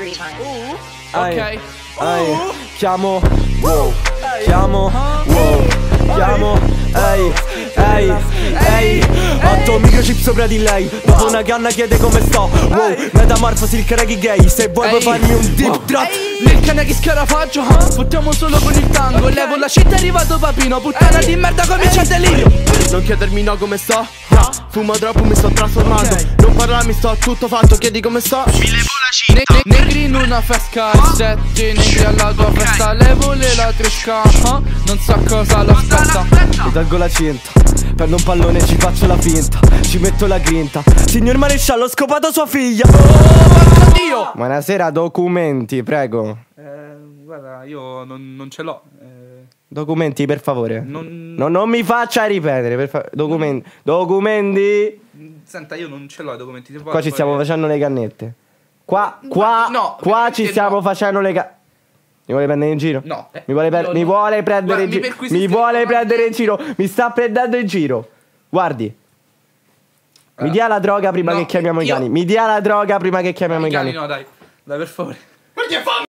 Ok. Chiamo, wow. Chiamo, wow. Chiamo, ehi. 8 microchip sopra di lei. Dopo una canna chiede come sto. Wow, metamorfosi il Karagi gay. Se vuoi puoi farmi un deep drop. Nel cane che scarafaggio, buttiamo solo con il tango. Levo la città, è arrivato Papino. Puttana di merda, comincia il delirio. Non chiedermi no come sto. Fumo troppo, mi sto trasformando. Non parlarmi, sto tutto fatto, chiedi come sto. Mi levo la cinta. Negri in una fresca, 7 negri alla tua festa. Levo le la trisca, non so cosa lo aspetta. Mi tolgo la cinta, prendo un pallone e ci faccio la finta. Ci metto la grinta. Signor maresciallo, ho scopato sua figlia. Porco Dio! Buonasera, documenti, prego. Guarda, io non ce l'ho. Documenti, per favore. Non mi faccia ripetere, per favore. Documenti. Senta, io non ce l'ho i documenti. Se vuoi, Qua ci stiamo facendo le cannette. Qua no, ci stiamo facendo le cannette. Mi vuole prendere in giro? No. Mi vuole prendere in giro? Mi vuole prendere in giro? Mi sta prendendo in giro. Guardi. Mi dia la droga prima che chiamiamo i cani. Mi dia la droga prima che chiamiamo i cani. No, dai, per favore. Perché fa